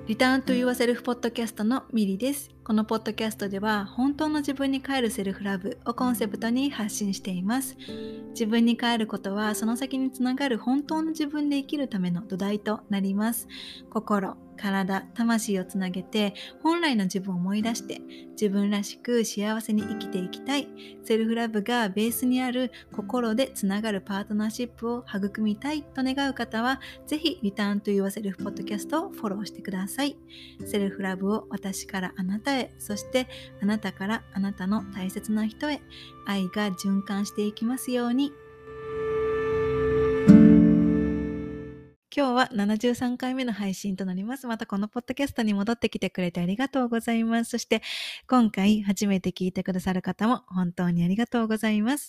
リターントゥユアセルフポッドキャストのミリです。このポッドキャストでは本当の自分に帰るセルフラブをコンセプトに発信しています。自分に帰ることはその先につながる本当の自分で生きるための土台となります。心、体、魂をつなげて本来の自分を思い出して自分らしく幸せに生きていきたい。セルフラブがベースにある心でつながるパートナーシップを育みたいと願う方はぜひリターントゥユアセルフポッドキャストをフォローしてください。セルフラブを私からあなたへ、そしてあなたからあなたの大切な人へ、愛が循環していきますように。今日は73回目の配信となります。またこのポッドキャストに戻ってきてくれてありがとうございます。そして今回初めて聞いてくださる方も本当にありがとうございます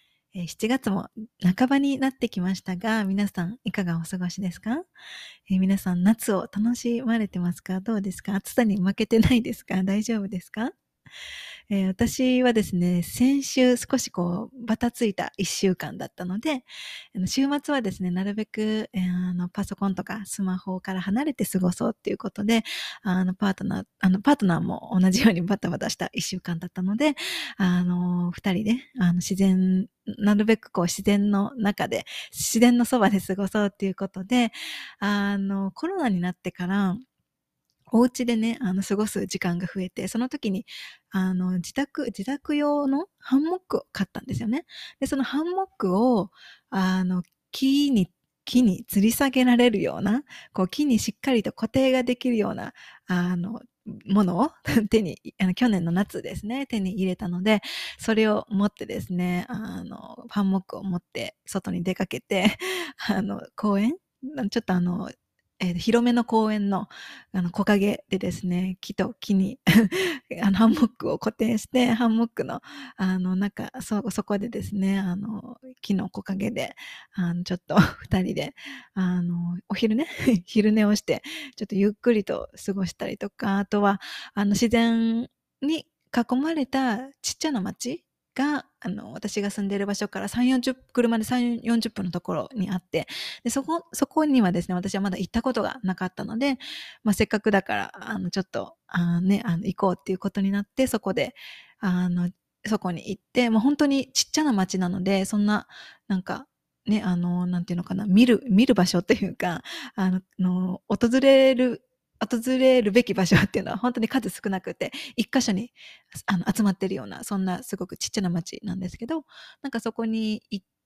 。7月も半ばになってきましたが、皆さんいかがお過ごしですか？皆さん夏を楽しまれてますか？どうですか？暑さに負けてないですか？大丈夫ですか？私はですね、先週少しバタついた1週間だったので、週末はですね、なるべく、パソコンとかスマホから離れて過ごそうっていうことで、パートナーも同じようにバタバタした1週間だったので、二人で、なるべく自然の中で、自然のそばで過ごそうっていうことで、コロナになってから、お家でね、過ごす時間が増えて、その時に、自宅用のハンモックを買ったんですよね。で、そのハンモックを、木に吊り下げられるような、木にしっかりと固定ができるような、ものを手に、去年の夏ですね、手に入れたので、それを持ってですね、ハンモックを持って外に出かけて、公園ちょっと広めの公園の、木陰でですね、木と木にハンモックを固定して、ハンモックの、そこでですね、木の木陰で、ちょっと二人で、お昼ね、昼寝をして、ちょっとゆっくりと過ごしたりとか、あとは、自然に囲まれたちっちゃな町が、私が住んでいる場所から車で3、40分のところにあって、で、そこにはですね、私はまだ行ったことがなかったので、せっかくだから、ちょっと、行こうっていうことになって、そこで、そこに行って、もう本当にちっちゃな町なので、そんな、なんか、ね、なんていうのかな、見る場所というか、訪れるべき場所っていうのは本当に数少なくて、一箇所に集まってるような、そんなすごくちっちゃな町なんですけど、なんかそこに行って、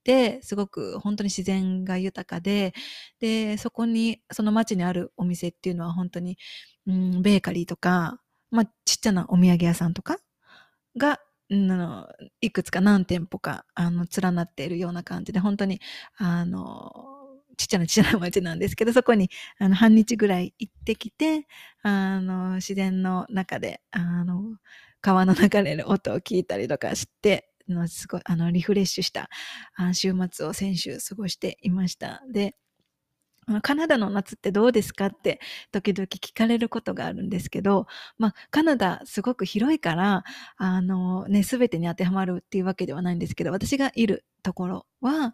すごく本当に自然が豊かで、で、その町にあるお店っていうのは本当に、ベーカリーとか、ちっちゃなお土産屋さんとかが、いくつか何店舗か、連なっているような感じで、本当に、ちっちゃな町なんですけど、そこに、半日ぐらい行ってきて、自然の中で、川の流れる音を聞いたりとかして、すごい、リフレッシュした、週末を先週過ごしていました。で、カナダの夏ってどうですかって時々聞かれることがあるんですけど、カナダすごく広いから、すべてに当てはまるっていうわけではないんですけど、私がいるところは、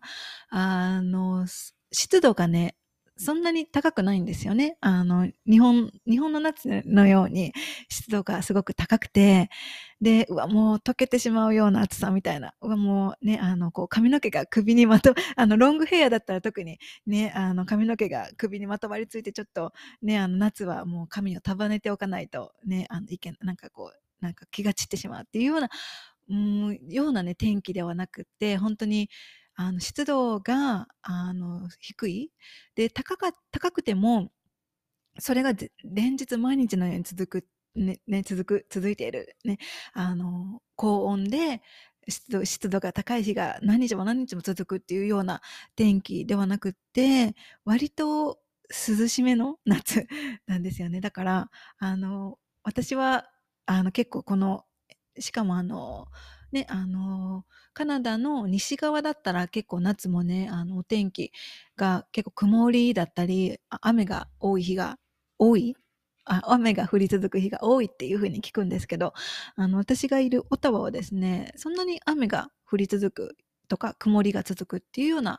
湿度がね、そんなに高くないんですよね。日本の夏のように湿度がすごく高くて、で、もう溶けてしまうような暑さみたいな。もうね、髪の毛が首にロングヘアだったら特にね、髪の毛が首にまとわりついてちょっとね、夏はもう髪を束ねておかないとね、なんか気が散ってしまうっていうようなね、天気ではなくって、本当に、湿度が、低い。で、高くても、それが連日毎日のように続いている、ね、高温で、湿度が高い日が何日も何日も続くっていうような天気ではなくって、割と涼しめの夏なんですよね。だから、私は、結構しかもね、カナダの西側だったら結構夏もね、お天気が結構曇りだったり、雨が多い日が多い雨が降り続く日が多いっていう風に聞くんですけど、私がいるオタワはですね、そんなに雨が降り続くとか曇りが続くっていうような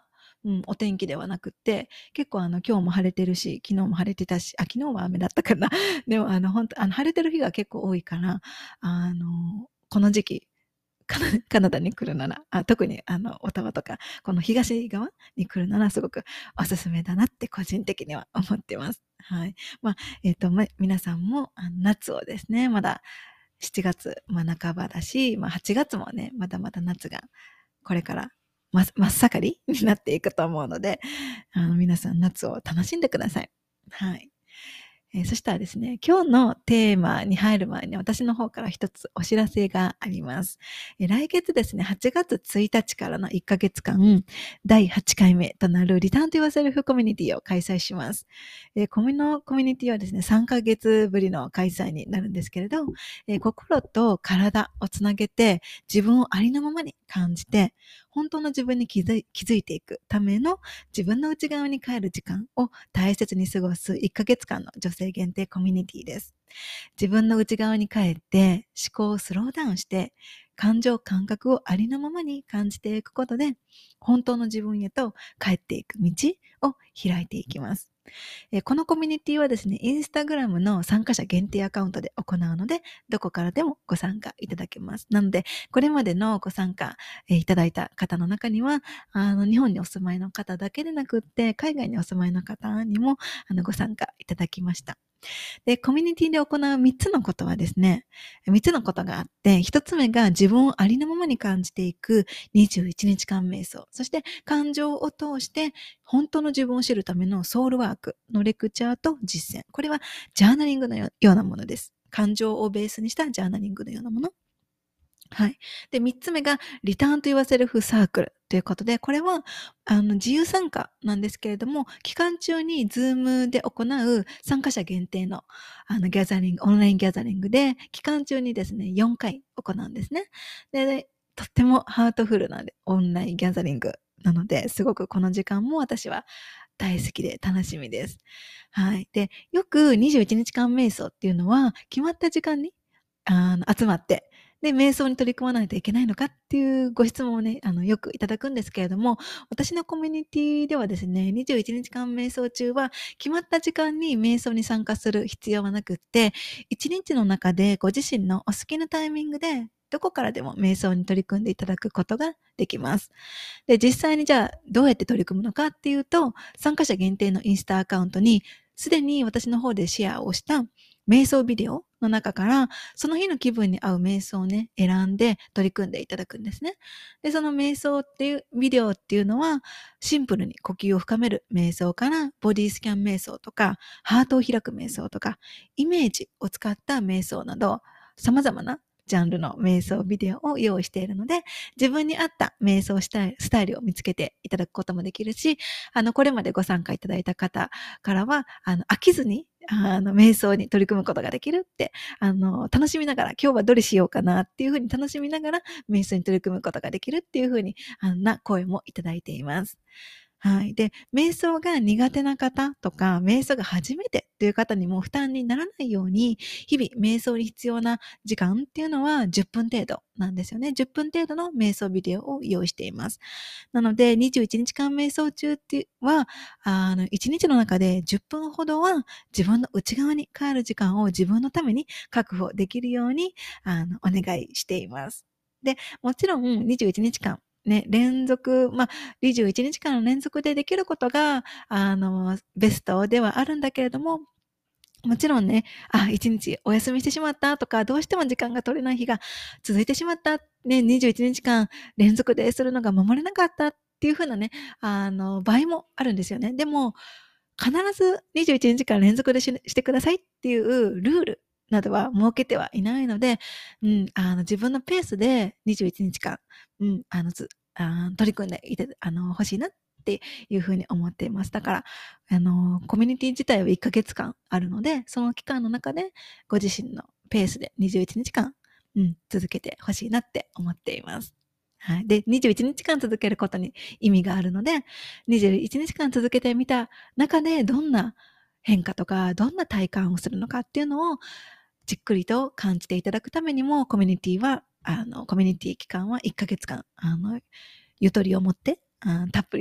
お天気ではなくって、結構今日も晴れてるし、昨日も晴れてたし、昨日は雨だったかな。でも本当晴れてる日が結構多いから、この時期、カナダに来るなら、特にオタワとか、この東側に来るならすごくおすすめだなって個人的には思ってます。はい。皆さんも夏をですね、まだ7月、半ばだし、8月もね、まだまだ夏がこれから真っ盛りになっていくと思うので、皆さん夏を楽しんでください。はい。そしたらですね、今日のテーマに入る前に私の方から一つお知らせがあります。来月ですね、8月1日からの1ヶ月間、第8回目となるリターンと Yourself コミュニティを開催します。コミュニティはですね、3ヶ月ぶりの開催になるんですけれど、心と体をつなげて自分をありのままに感じて、本当の自分に気づいていくための自分の内側に帰る時間を大切に過ごす1ヶ月間の女性限定コミュニティです。自分の内側に帰って思考をスローダウンして感情感覚をありのままに感じていくことで本当の自分へと帰っていく道を開いていきます。このコミュニティはですね、インスタグラムの参加者限定アカウントで行うので、どこからでもご参加いただけます。なので、これまでのご参加いただいた方の中には、日本にお住まいの方だけでなくって、海外にお住まいの方にもご参加いただきました。で、コミュニティで行う3つのことはですね、3つのことがあって、1つ目が自分をありのままに感じていく21日間瞑想。そして感情を通して本当の自分を知るためのソウルワークのレクチャーと実践。これはジャーナリングのようなものです。感情をベースにしたジャーナリングのようなもの。はい。で、3つ目が、リターンと言わせるフサークルということで、これは、自由参加なんですけれども、期間中にズームで行う参加者限定の、ギャザリング、オンラインギャザリングで、期間中にですね、4回行うんですね。で、とってもハートフルなオンラインギャザリングなので、すごくこの時間も私は大好きで楽しみです。はい。で、よく21日間瞑想っていうのは、決まった時間に、集まって、で、瞑想に取り組まないといけないのかっていうご質問をね、よくいただくんですけれども、私のコミュニティではですね、21日間瞑想中は、決まった時間に瞑想に参加する必要はなくって、1日の中でご自身のお好きなタイミングで、どこからでも瞑想に取り組んでいただくことができます。で、実際にじゃあ、どうやって取り組むのかっていうと、参加者限定のインスタアカウントに、すでに私の方でシェアをした瞑想ビデオの中から、その日の気分に合う瞑想をね、選んで取り組んでいただくんですね。で、その瞑想っていう、ビデオっていうのは、シンプルに呼吸を深める瞑想から、ボディスキャン瞑想とか、ハートを開く瞑想とか、イメージを使った瞑想など、様々なジャンルの瞑想ビデオを用意しているので、自分に合った瞑想スタイルを見つけていただくこともできるし、これまでご参加いただいた方からは、飽きずに、瞑想に取り組むことができるって、楽しみながら、今日はどれしようかなっていうふうに楽しみながら、瞑想に取り組むことができるっていうふうに、声もいただいています。はい。で、瞑想が苦手な方とか、瞑想が初めてっていう方にも負担にならないように、日々瞑想に必要な時間っていうのは10分程度なんですよね。10分程度の瞑想ビデオを用意しています。なので、21日間瞑想中っては、1日の中で10分ほどは自分の内側に帰る時間を自分のために確保できるように、お願いしています。で、もちろん21日間ね、連続、21日間の連続でできることが、ベストではあるんだけれども、もちろんね、一日お休みしてしまったとか、どうしても時間が取れない日が続いてしまった、ね、21日間連続でするのが守れなかったっていう風なね、場合もあるんですよね。でも、必ず21日間連続でしてくださいっていうルールなどは設けてはいないので、自分のペースで21日間、うん、取り組んでいて、欲しいなっていうふうに思っています。だから、コミュニティ自体は1ヶ月間あるので、その期間の中でご自身のペースで21日間、続けて欲しいなって思っています。はい。で、21日間続けることに意味があるので、21日間続けてみた中でどんな変化とか、どんな体感をするのかっていうのをじっくりと感じていただくためにも、コミュニティ期間は1ヶ月間、ゆとりを持って、たっぷりと、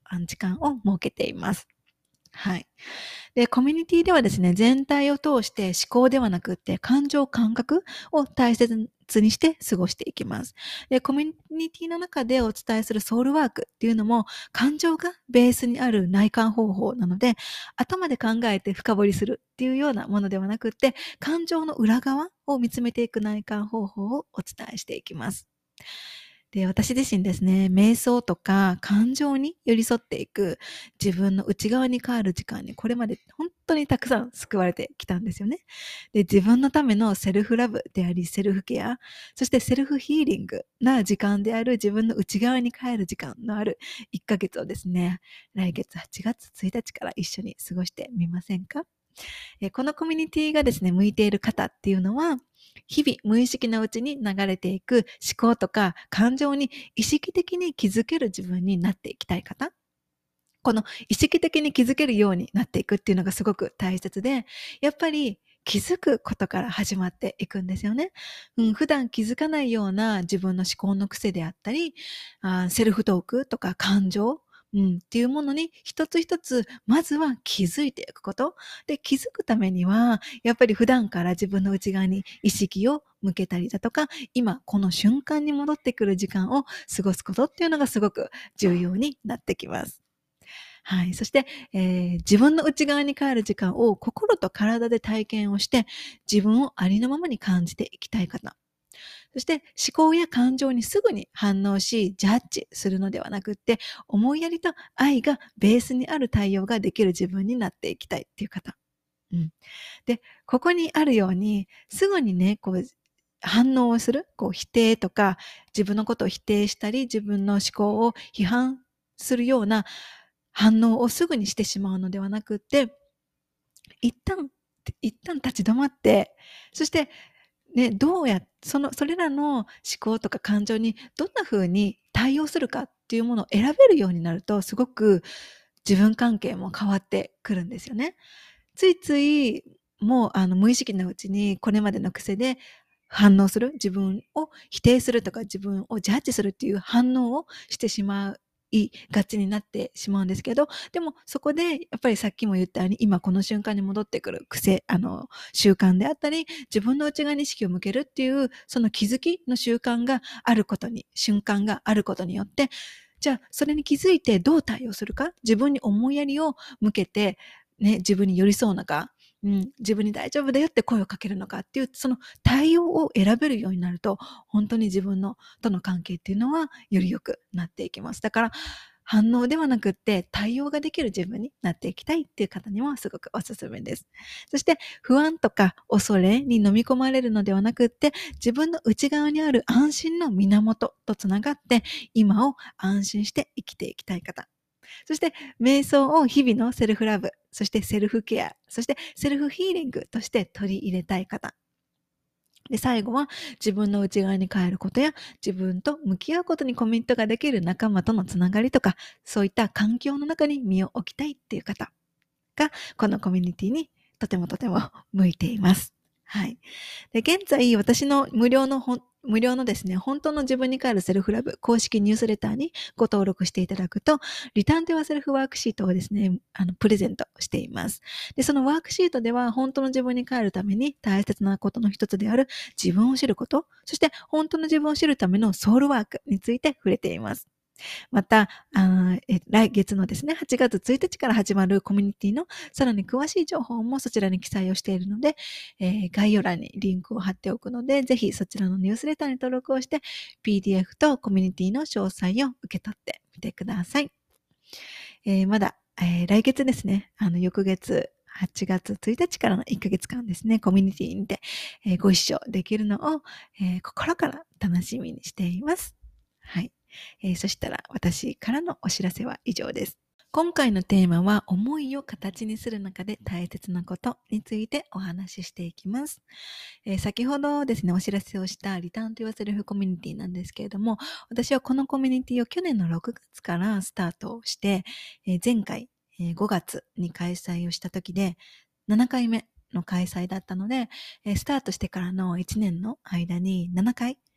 時間を設けています。はい。で、コミュニティではですね、全体を通して思考ではなくって感情、感覚を大切にして過ごしていきます。で、コミュニティの中でお伝えするソウルワークっていうのも、感情がベースにある内観方法なので、頭で考えて深掘りするっていうようなものではなくって、感情の裏側を見つめていく内観方法をお伝えしていきます。で、私自身ですね、瞑想とか感情に寄り添っていく自分の内側に変わる時間にこれまで本当にたくさん救われてきたんですよね。で、自分のためのセルフラブであり、セルフケア、そしてセルフヒーリングな時間である自分の内側に変える時間のある1ヶ月をですね、来月8月1日から一緒に過ごしてみませんか？このコミュニティがですね、向いている方っていうのは、日々無意識のうちに流れていく思考とか感情に意識的に気づける自分になっていきたい方。この意識的に気づけるようになっていくっていうのがすごく大切で、やっぱり気づくことから始まっていくんですよね。普段気づかないような自分の思考の癖であったり、セルフトークとか感情、っていうものに一つ一つまずは気づいていくこと。で、気づくためには、やっぱり普段から自分の内側に意識を向けたりだとか、今この瞬間に戻ってくる時間を過ごすことっていうのがすごく重要になってきます。はい。そして、自分の内側に帰る時間を心と体で体験をして、自分をありのままに感じていきたい方。そして思考や感情にすぐに反応し、ジャッジするのではなくって、思いやりと愛がベースにある対応ができる自分になっていきたいっていう方。うん。で、ここにあるように、すぐにね、反応をする、否定とか、自分のことを否定したり、自分の思考を批判するような反応をすぐにしてしまうのではなくって、一旦、一旦立ち止まって、そして、ね、それらの思考とか感情にどんな風に対応するかっていうものを選べるようになると、すごく自分関係も変わってくるんですよね。ついつい、もう無意識のうちにこれまでの癖で反応する、自分を否定するとか自分をジャッジするっていう反応をしてしまいがちになってしまうんですけど、でもそこでやっぱりさっきも言ったように今この瞬間に戻ってくる癖、習慣であったり、自分の内側に意識を向けるっていうその気づきの瞬間があることによって、じゃあそれに気づいてどう対応するか、自分に思いやりを向けてね、自分に寄り添うのか、自分に大丈夫だよって声をかけるのかっていう、その対応を選べるようになると、本当に自分との関係っていうのはより良くなっていきます。だから、反応ではなくって対応ができる自分になっていきたいっていう方にもすごくおすすめです。そして不安とか恐れに飲み込まれるのではなくって、自分の内側にある安心の源とつながって今を安心して生きていきたい方。そして、瞑想を日々のセルフラブ、そしてセルフケア、そしてセルフヒーリングとして取り入れたい方。で、最後は自分の内側に帰ることや自分と向き合うことにコミットができる仲間とのつながりとか、そういった環境の中に身を置きたいっていう方が、このコミュニティにとてもとても向いています。はい。で、現在、私の無料のですね、本当の自分に帰るセルフラブ公式ニュースレターにご登録していただくと、リターンとはセルフワークシートをですね、プレゼントしています。で、そのワークシートでは、本当の自分に帰るために大切なことの一つである自分を知ること、そして本当の自分を知るためのソウルワークについて触れています。また、来月のですね、8月1日から始まるコミュニティのさらに詳しい情報もそちらに記載をしているので、概要欄にリンクを貼っておくので、ぜひそちらのニュースレターに登録をして、PDF とコミュニティの詳細を受け取ってみてください。まだ、来月ですね、翌月、8月1日からの1ヶ月間ですね、コミュニティにて、ご一緒できるのを、心から楽しみにしています。はい。そしたら私からのお知らせは以上です。今回のテーマは思いを形にする中で大切なことについてお話ししていきます。先ほどですね、お知らせをしたリターンと Yourself コミュニティなんですけれども、私はこのコミュニティを去年の6月からスタートして、前回、5月に開催をした時で7回目の開催だったので、スタートしてからの1年の間に7回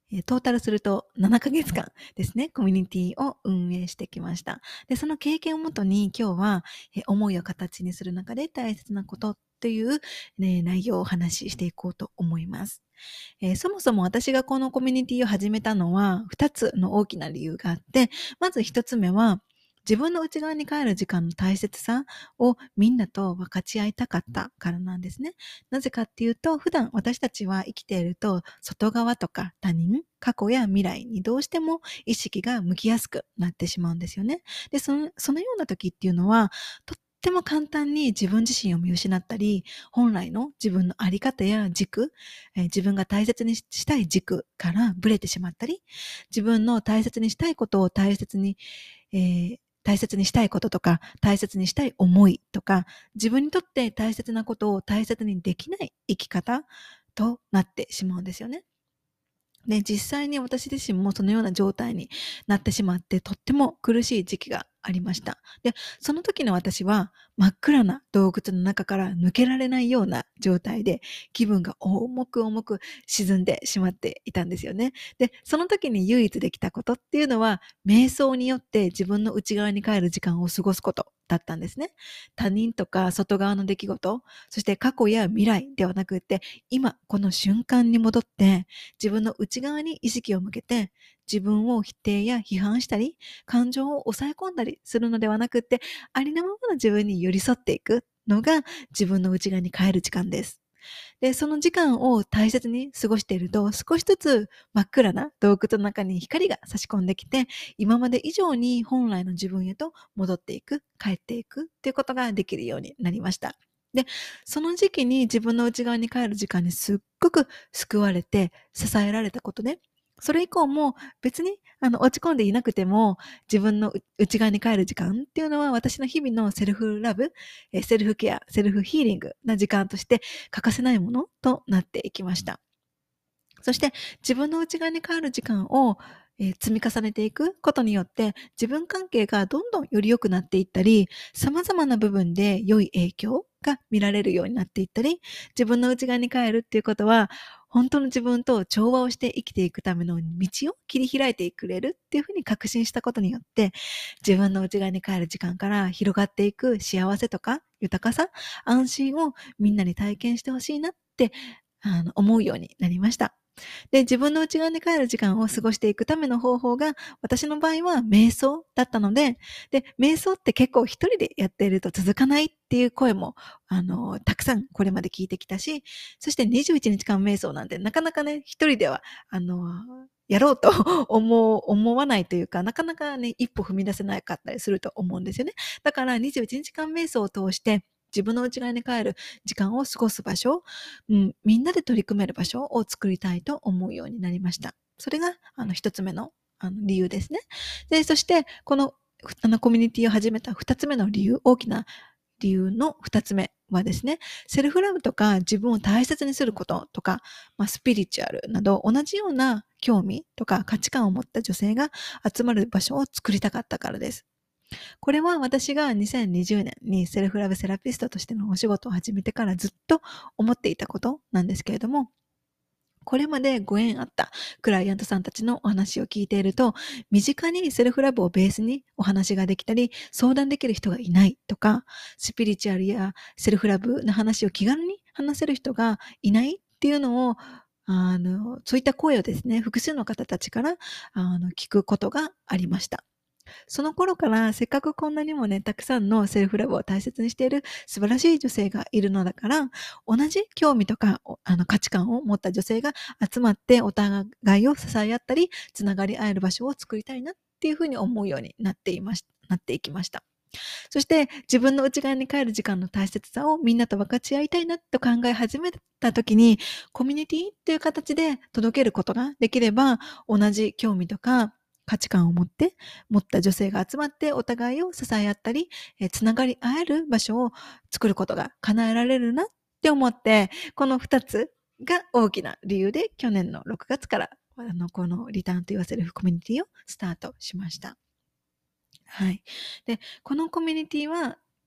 トータルすると7ヶ月間ですね、コミュニティを運営してきました。で、その経験をもとに今日は、思いを形にする中で大切なことという、内容をお話ししていこうと思います。そもそも私がこのコミュニティを始めたのは2つの大きな理由があって、まず1つ目は自分の内側に帰る時間の大切さをみんなと分かち合いたかったからなんですね。なぜかっていうと、普段私たちは生きていると外側とか他人、過去や未来にどうしても意識が向きやすくなってしまうんですよね。で、そのような時っていうのは、とっても簡単に自分自身を見失ったり、本来の自分のあり方や軸、自分が大切にしたい軸からブレてしまったり、自分の大切にしたいことを大切にしたいこととか、大切にしたい思いとか、自分にとって大切なことを大切にできない生き方となってしまうんですよね。で、実際に私自身もそのような状態になってしまって、とっても苦しい時期がありました。で、その時の私は真っ暗な洞窟の中から抜けられないような状態で、気分が重く重く沈んでしまっていたんですよね。で、その時に唯一できたことっていうのは、瞑想によって自分の内側に帰る時間を過ごすことだったんですね。他人とか外側の出来事、そして過去や未来ではなくって、今この瞬間に戻って、自分の内側に意識を向けて、自分を否定や批判したり、感情を抑え込んだりするのではなくって、ありのままの自分に寄り添っていくのが自分の内側に帰る時間です。で、その時間を大切に過ごしていると、少しずつ真っ暗な洞窟の中に光が差し込んできて、今まで以上に本来の自分へと戻っていく、帰っていくっていうことができるようになりました。で、その時期に自分の内側に帰る時間にすっごく救われて、支えられたことで、それ以降も別に落ち込んでいなくても自分の内側に帰る時間っていうのは私の日々のセルフラブ、セルフケア、セルフヒーリングな時間として欠かせないものとなっていきました。そして自分の内側に帰る時間を積み重ねていくことによって自分関係がどんどんより良くなっていったり、様々な部分で良い影響が見られるようになっていったり、自分の内側に帰るっていうことは本当の自分と調和をして生きていくための道を切り開いてくれるっていうふうに確信したことによって、自分の内側に帰る時間から広がっていく幸せとか豊かさ、安心をみんなに体験してほしいなって思うようになりました。で、自分の内側に帰る時間を過ごしていくための方法が、私の場合は瞑想だったので、で、瞑想って結構一人でやっていると続かないっていう声も、たくさんこれまで聞いてきたし、そして21日間瞑想なんてなかなかね、一人では、やろうと思わないというか、なかなかね、一歩踏み出せなかったりすると思うんですよね。だから21日間瞑想を通して、自分の内側に帰る時間を過ごす場所、みんなで取り組める場所を作りたいと思うようになりました。それが一つ目の理由ですね。で、そしてこのコミュニティを始めた二つ目の理由、大きな理由の二つ目はですね、セルフラブとか自分を大切にすることとか、スピリチュアルなど同じような興味とか価値観を持った女性が集まる場所を作りたかったからです。これは私が2020年にセルフラブセラピストとしてのお仕事を始めてからずっと思っていたことなんですけれども、これまでご縁あったクライアントさんたちのお話を聞いていると、身近にセルフラブをベースにお話ができたり、相談できる人がいないとか、スピリチュアルやセルフラブの話を気軽に話せる人がいないっていうのを、そういった声をですね、複数の方たちから聞くことがありました。その頃からせっかくこんなにもね、たくさんのセルフラブを大切にしている素晴らしい女性がいるのだから、同じ興味とか価値観を持った女性が集まってお互いを支え合ったり、つながり合える場所を作りたいなっていうふうに思うようになっていきました。そして自分の内側に帰る時間の大切さをみんなと分かち合いたいなと考え始めた時に、コミュニティっていう形で届けることができれば、同じ興味とか価値観を持った女性が集まってお互いを支え合ったり、つながり合える場所を作ることが叶えられるなって思って、この2つが大きな理由で去年の6月からこのリターンと言わせるコミュニティをスタートしました。はい。で、このコミュニティは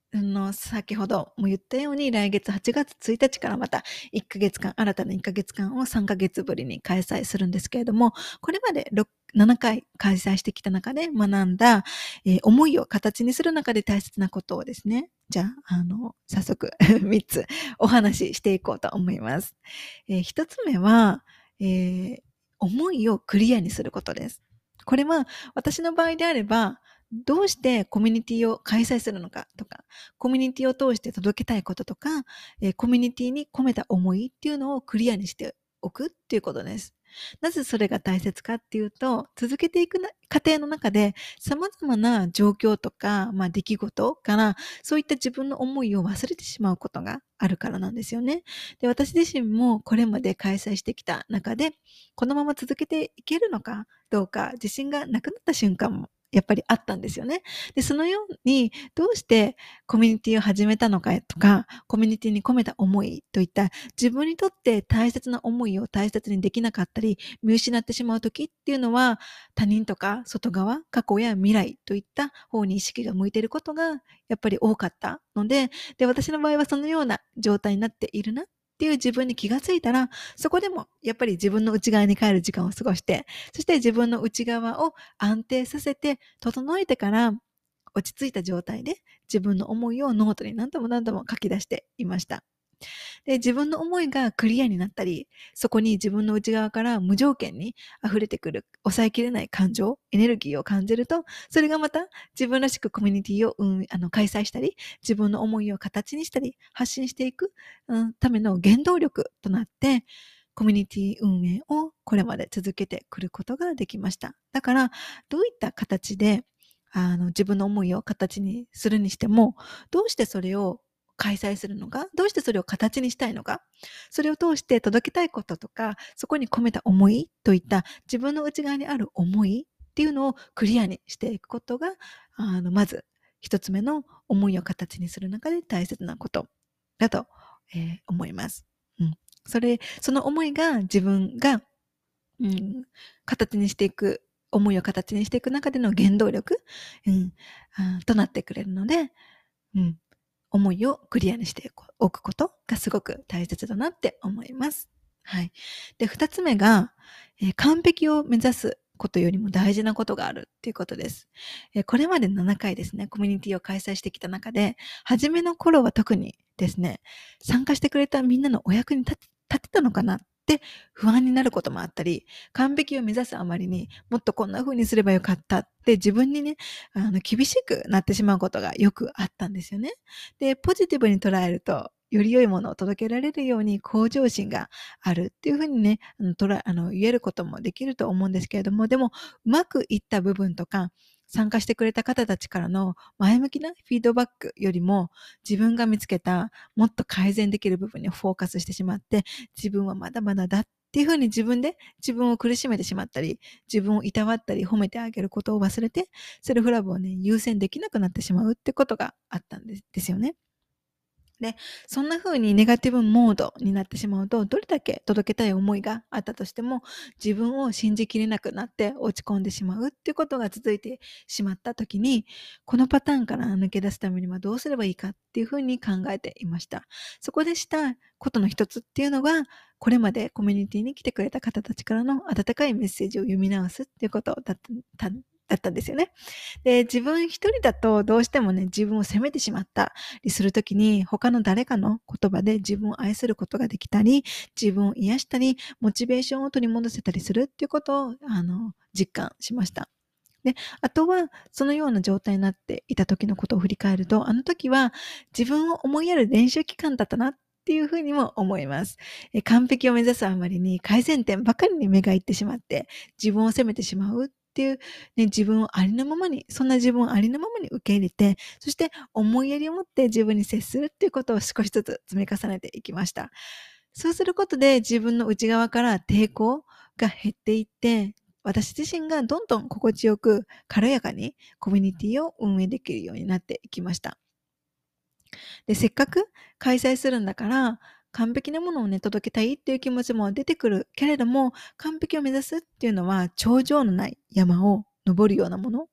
先ほども言ったように、来月8月1日からまた1ヶ月間、新たな1ヶ月間を3ヶ月ぶりに開催するんですけれども、これまで7回開催してきた中で学んだ、思いを形にする中で大切なことをですね、じゃあ、早速3つお話ししていこうと思います。1つ目は、思いをクリアにすることです。これは私の場合であれば、どうしてコミュニティを開催するのかとか、コミュニティを通して届けたいこととか、コミュニティに込めた思いっていうのをクリアにしておくっていうことです。なぜそれが大切かっていうと、続けていく過程の中で様々な状況とか、出来事から、そういった自分の思いを忘れてしまうことがあるからなんですよね。で、私自身もこれまで開催してきた中で、このまま続けていけるのかどうか、自信がなくなった瞬間もやっぱりあったんですよね。で、そのように、どうしてコミュニティを始めたのかとか、コミュニティに込めた思いといった自分にとって大切な思いを大切にできなかったり、見失ってしまう時っていうのは、他人とか外側、過去や未来といった方に意識が向いていることがやっぱり多かったので、私の場合はそのような状態になっているなっていう自分に気がついたら、そこでもやっぱり自分の内側に帰る時間を過ごして、そして自分の内側を安定させて、整えてから落ち着いた状態で自分の思いをノートに何度も何度も書き出していました。で、自分の思いがクリアになったり、そこに自分の内側から無条件に溢れてくる、抑えきれない感情、エネルギーを感じると、それがまた自分らしくコミュニティを、開催したり、自分の思いを形にしたり、発信していく、ための原動力となって、コミュニティ運営をこれまで続けてくることができました。だから、どういった形で、自分の思いを形にするにしても、どうしてそれを開催するのか、どうしてそれを形にしたいのか、それを通して届けたいこととか、そこに込めた思いといった自分の内側にある思いっていうのをクリアにしていくことが、まず一つ目の思いを形にする中で大切なことだと、思います。うん。その思いが自分が、うん、形にしていく、思いを形にしていく中での原動力、うん、となってくれるので、うん、思いをクリアにしておくことがすごく大切だなって思います。はい。で、二つ目が、完璧を目指すことよりも大事なことがあるっていうことです。これまで7回ですね、コミュニティを開催してきた中で、初めの頃は特にですね、参加してくれたみんなのお役に立てたのかなって不安になることもあったり、完璧を目指すあまりにもっとこんな風にすればよかったって自分にね、厳しくなってしまうことがよくあったんですよね。で、ポジティブに捉えると、より良いものを届けられるように向上心があるっていうふうにね、言えることもできると思うんですけれども、でも、うまくいった部分とか、参加してくれた方たちからの前向きなフィードバックよりも、自分が見つけたもっと改善できる部分にフォーカスしてしまって、自分はまだまだだっていうふうに自分で自分を苦しめてしまったり、自分をいたわったり褒めてあげることを忘れて、セルフラブをね、優先できなくなってしまうってことがあったんですよね。で、そんな風にネガティブモードになってしまうと、どれだけ届けたい思いがあったとしても、自分を信じきれなくなって落ち込んでしまうっていうことが続いてしまった時に、このパターンから抜け出すためにはどうすればいいかっていう風に考えていました。そこでしたことの一つっていうのが、これまでコミュニティに来てくれた方たちからの温かいメッセージを読み直すっていうことだったんですよね。で、自分一人だとどうしてもね、自分を責めてしまったりするときに、他の誰かの言葉で自分を愛することができたり、自分を癒したり、モチベーションを取り戻せたりするっていうことを、実感しました。で、あとは、そのような状態になっていた時のことを振り返ると、あの時は自分を思いやる練習期間だったなっていうふうにも思います。完璧を目指すあまりに改善点ばかりに目がいってしまって、自分を責めてしまうっていう、ね、自分をありのままに、そんな自分をありのままに受け入れて、そして思いやりを持って自分に接するっていうことを少しずつ積み重ねていきました。そうすることで自分の内側から抵抗が減っていって、私自身がどんどん心地よく軽やかにコミュニティを運営できるようになっていきました。で、せっかく開催するんだから、完璧なものをね、届けたいっていう気持ちも出てくるけれども、完璧を目指すっていうのは頂上のない山を登るようなもの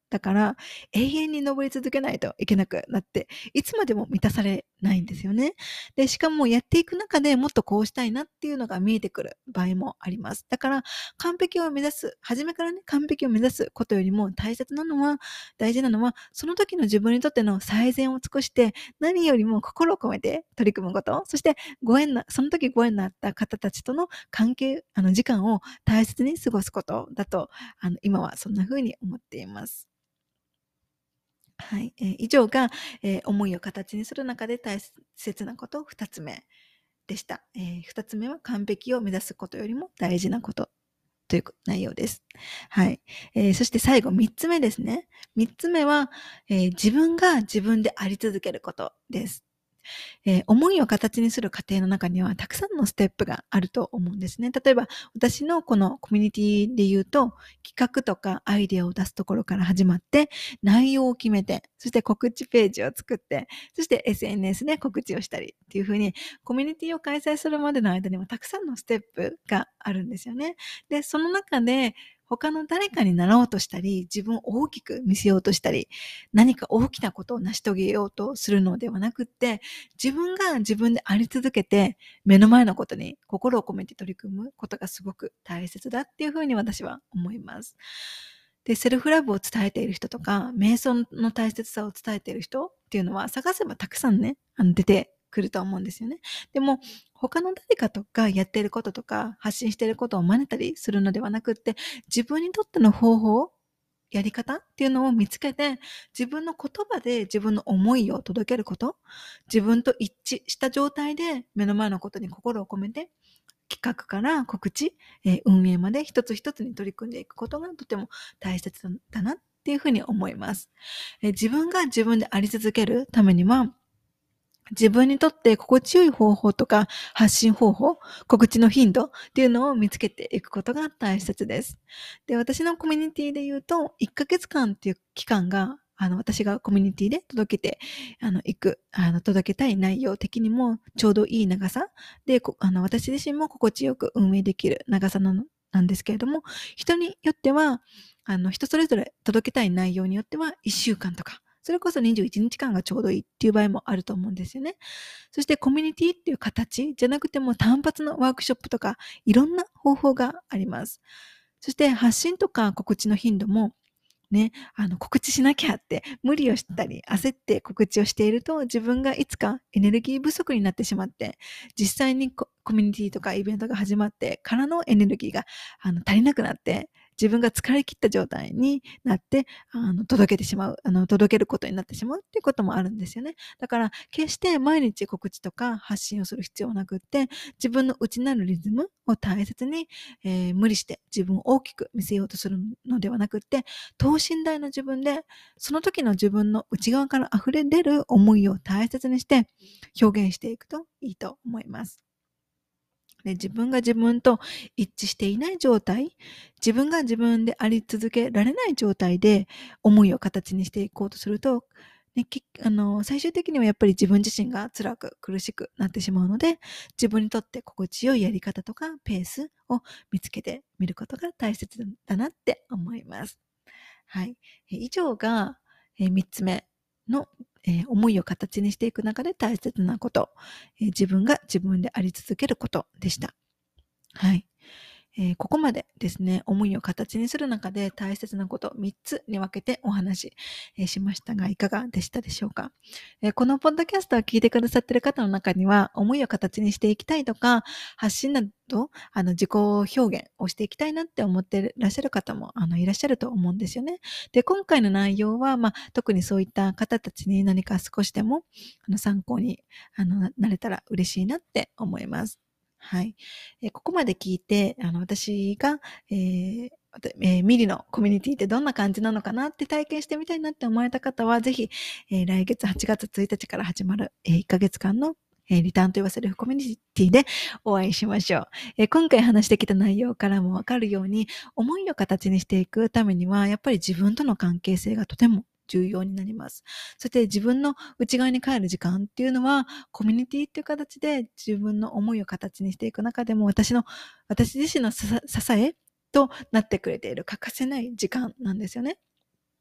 だから永遠に登り続けないといけなくなって、いつまでも満たされないんですよね。で、しかもやっていく中でもっとこうしたいなっていうのが見えてくる場合もあります。だから完璧を目指す、初めからね、完璧を目指すことよりも大事なのは、その時の自分にとっての最善を尽くして、何よりも心を込めて取り組むこと、そしてその時ご縁のあった方たちとの関係、時間を大切に過ごすことだと、今はそんな風に思っています。はい。以上が、思いを形にする中で大切なこと2つ目でした。2つ目は完璧を目指すことよりも大事なことという内容です。はい。そして最後3つ目ですね。3つ目は、自分が自分であり続けることです。思いを形にする過程の中にはたくさんのステップがあると思うんですね。例えば私のこのコミュニティで言うと、企画とかアイデアを出すところから始まって、内容を決めて、そして告知ページを作って、そして SNS で告知をしたりっていう風に、コミュニティを開催するまでの間にもたくさんのステップがあるんですよね。で、その中で他の誰かになろうとしたり、自分を大きく見せようとしたり、何か大きなことを成し遂げようとするのではなくって、自分が自分であり続けて、目の前のことに心を込めて取り組むことがすごく大切だっていうふうに私は思います。で、セルフラブを伝えている人とか、瞑想の大切さを伝えている人っていうのは探せばたくさんね、出てくると思うんですよね。でも、他の誰かとかやっていることとか発信していることを真似たりするのではなくって、自分にとっての方法、やり方っていうのを見つけて、自分の言葉で自分の思いを届けること、自分と一致した状態で目の前のことに心を込めて、企画から告知、運営まで一つ一つに取り組んでいくことがとても大切だなっていうふうに思います。自分が自分であり続けるためには、自分にとって心地よい方法とか発信方法、告知の頻度っていうのを見つけていくことが大切です。で、私のコミュニティで言うと、1ヶ月間っていう期間が、私がコミュニティで届けて、届けたい内容的にもちょうどいい長さで、私自身も心地よく運営できる長さなんですけれども、人によっては、人それぞれ届けたい内容によっては1週間とか、それこそ21日間がちょうどいいっていう場合もあると思うんですよね。そしてコミュニティっていう形じゃなくても単発のワークショップとかいろんな方法があります。そして発信とか告知の頻度もね、告知しなきゃって無理をしたり焦って告知をしていると自分がいつかエネルギー不足になってしまって実際にコミュニティとかイベントが始まってからのエネルギーが足りなくなって自分が疲れ切った状態になって届けてしまう届けることになってしまうっていうこともあるんですよね。だから決して毎日告知とか発信をする必要なくって自分の内なるリズムを大切に、無理して自分を大きく見せようとするのではなくって等身大の自分で、その時の自分の内側から溢れ出る思いを大切にして表現していくといいと思います。で、自分が自分と一致していない状態、自分が自分であり続けられない状態で思いを形にしていこうとすると、ね、最終的にはやっぱり自分自身が辛く苦しくなってしまうので、自分にとって心地よいやり方とかペースを見つけてみることが大切だなって思います。はい。以上が、3つ目の、思いを形にしていく中で大切なこと、自分が自分であり続けることでした。はい。ここまでですね、思いを形にする中で大切なこと3つに分けてお話し、しましたが、いかがでしたでしょうか。このポッドキャストを聞いてくださっている方の中には、思いを形にしていきたいとか、発信など、自己表現をしていきたいなって思っていらっしゃる方も、いらっしゃると思うんですよね。で、今回の内容は、特にそういった方たちに何か少しでも、参考に、なれたら嬉しいなって思います。はい。ここまで聞いて、私が、ミリのコミュニティってどんな感じなのかなって体験してみたいなって思われた方は、ぜひ、来月8月1日から始まる、1ヶ月間のリターンと言わせるコミュニティでお会いしましょう。今回話してきた内容からもわかるように、思いを形にしていくためには、やっぱり自分との関係性がとても重要になります。そして自分の内側に帰る時間っていうのは、コミュニティっていう形で自分の思いを形にしていく中でも、私自身の支えとなってくれている欠かせない時間なんですよね。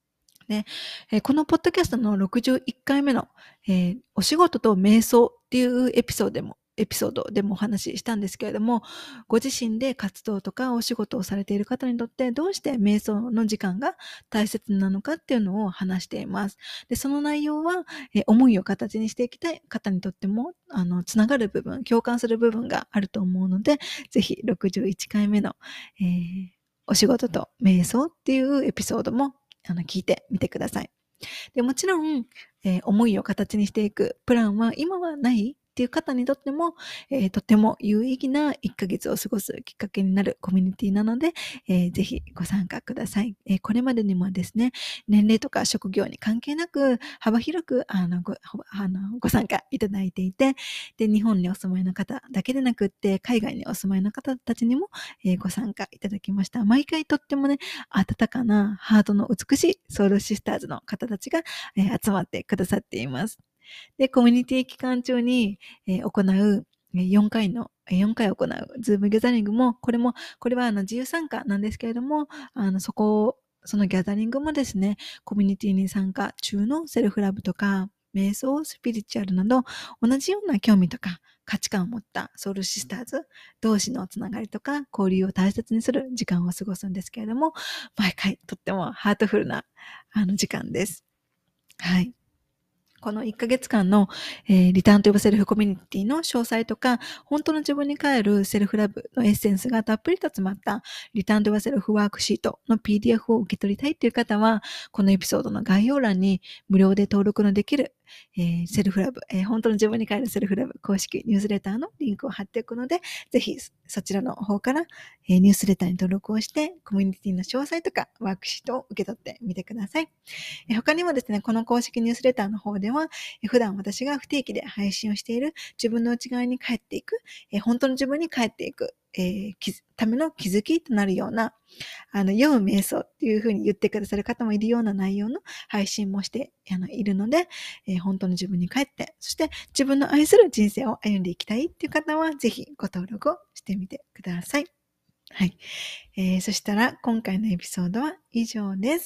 で、このポッドキャストの61回目の、お仕事と瞑想っていうエピソードでもお話ししたんですけれども、ご自身で活動とかお仕事をされている方にとってどうして瞑想の時間が大切なのかっていうのを話しています。で、その内容は、思いを形にしていきたい方にとっても、つながる部分、共感する部分があると思うので、ぜひ61回目の、お仕事と瞑想っていうエピソードも聞いてみてください。で、もちろん、思いを形にしていくプランは今はないっていう方にとっても、とても有意義な1ヶ月を過ごすきっかけになるコミュニティなので、ぜひご参加ください。これまでにもですね、年齢とか職業に関係なく幅広くご参加いただいていて、で、日本にお住まいの方だけでなくって、海外にお住まいの方たちにも、ご参加いただきました。毎回とってもね、温かなハートの美しいソウルシスターズの方たちが、集まってくださっています。で、コミュニティ期間中に、行う4回行うズームギャザリングも、これは自由参加なんですけれども、そのギャザリングもですね、コミュニティに参加中のセルフラブとか、瞑想、スピリチュアルなど、同じような興味とか価値観を持ったソウルシスターズ同士のつながりとか交流を大切にする時間を過ごすんですけれども、毎回とってもハートフルな時間です。はい。この1ヶ月間の、リターンと呼ばセルフコミュニティの詳細とか、本当の自分に帰るセルフラブのエッセンスがたっぷりと詰まったリターンと呼ばセルフワークシートの PDF を受け取りたいという方は、このエピソードの概要欄に無料で登録のできる、セルフラブ、本当の自分に帰るセルフラブ公式ニュースレターのリンクを貼っておくので、ぜひそちらの方から、ニュースレターに登録をして、コミュニティの詳細とかワークシートを受け取ってみてください。他にもですね、この公式ニュースレターの方では、普段私が不定期で配信をしている自分の内側に帰っていく、本当の自分に帰っていく、ための気づきとなるような、読む瞑想っていう風に言ってくださる方もいるような内容の配信もしているので、本当の自分に帰って、そして自分の愛する人生を歩んでいきたいっていう方は、ぜひご登録をしてみてください。はい。そしたら今回のエピソードは以上です。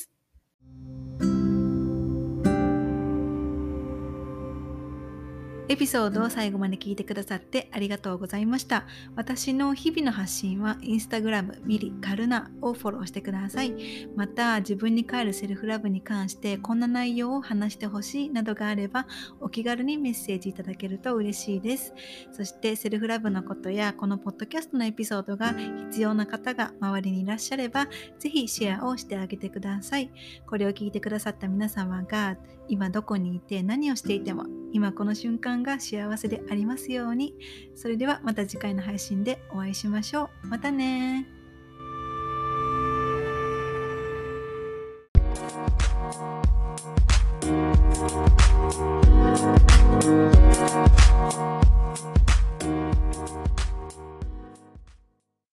エピソードを最後まで聞いてくださってありがとうございました。私の日々の発信はインスタグラムミリカルナをフォローしてください。また自分に帰るセルフラブに関してこんな内容を話してほしいなどがあればお気軽にメッセージいただけると嬉しいです。そしてセルフラブのことやこのポッドキャストのエピソードが必要な方が周りにいらっしゃればぜひシェアをしてあげてください。これを聞いてくださった皆様が今どこにいて何をしていても今この瞬間が幸せでありますように。それではまた次回の配信でお会いしましょう。またね。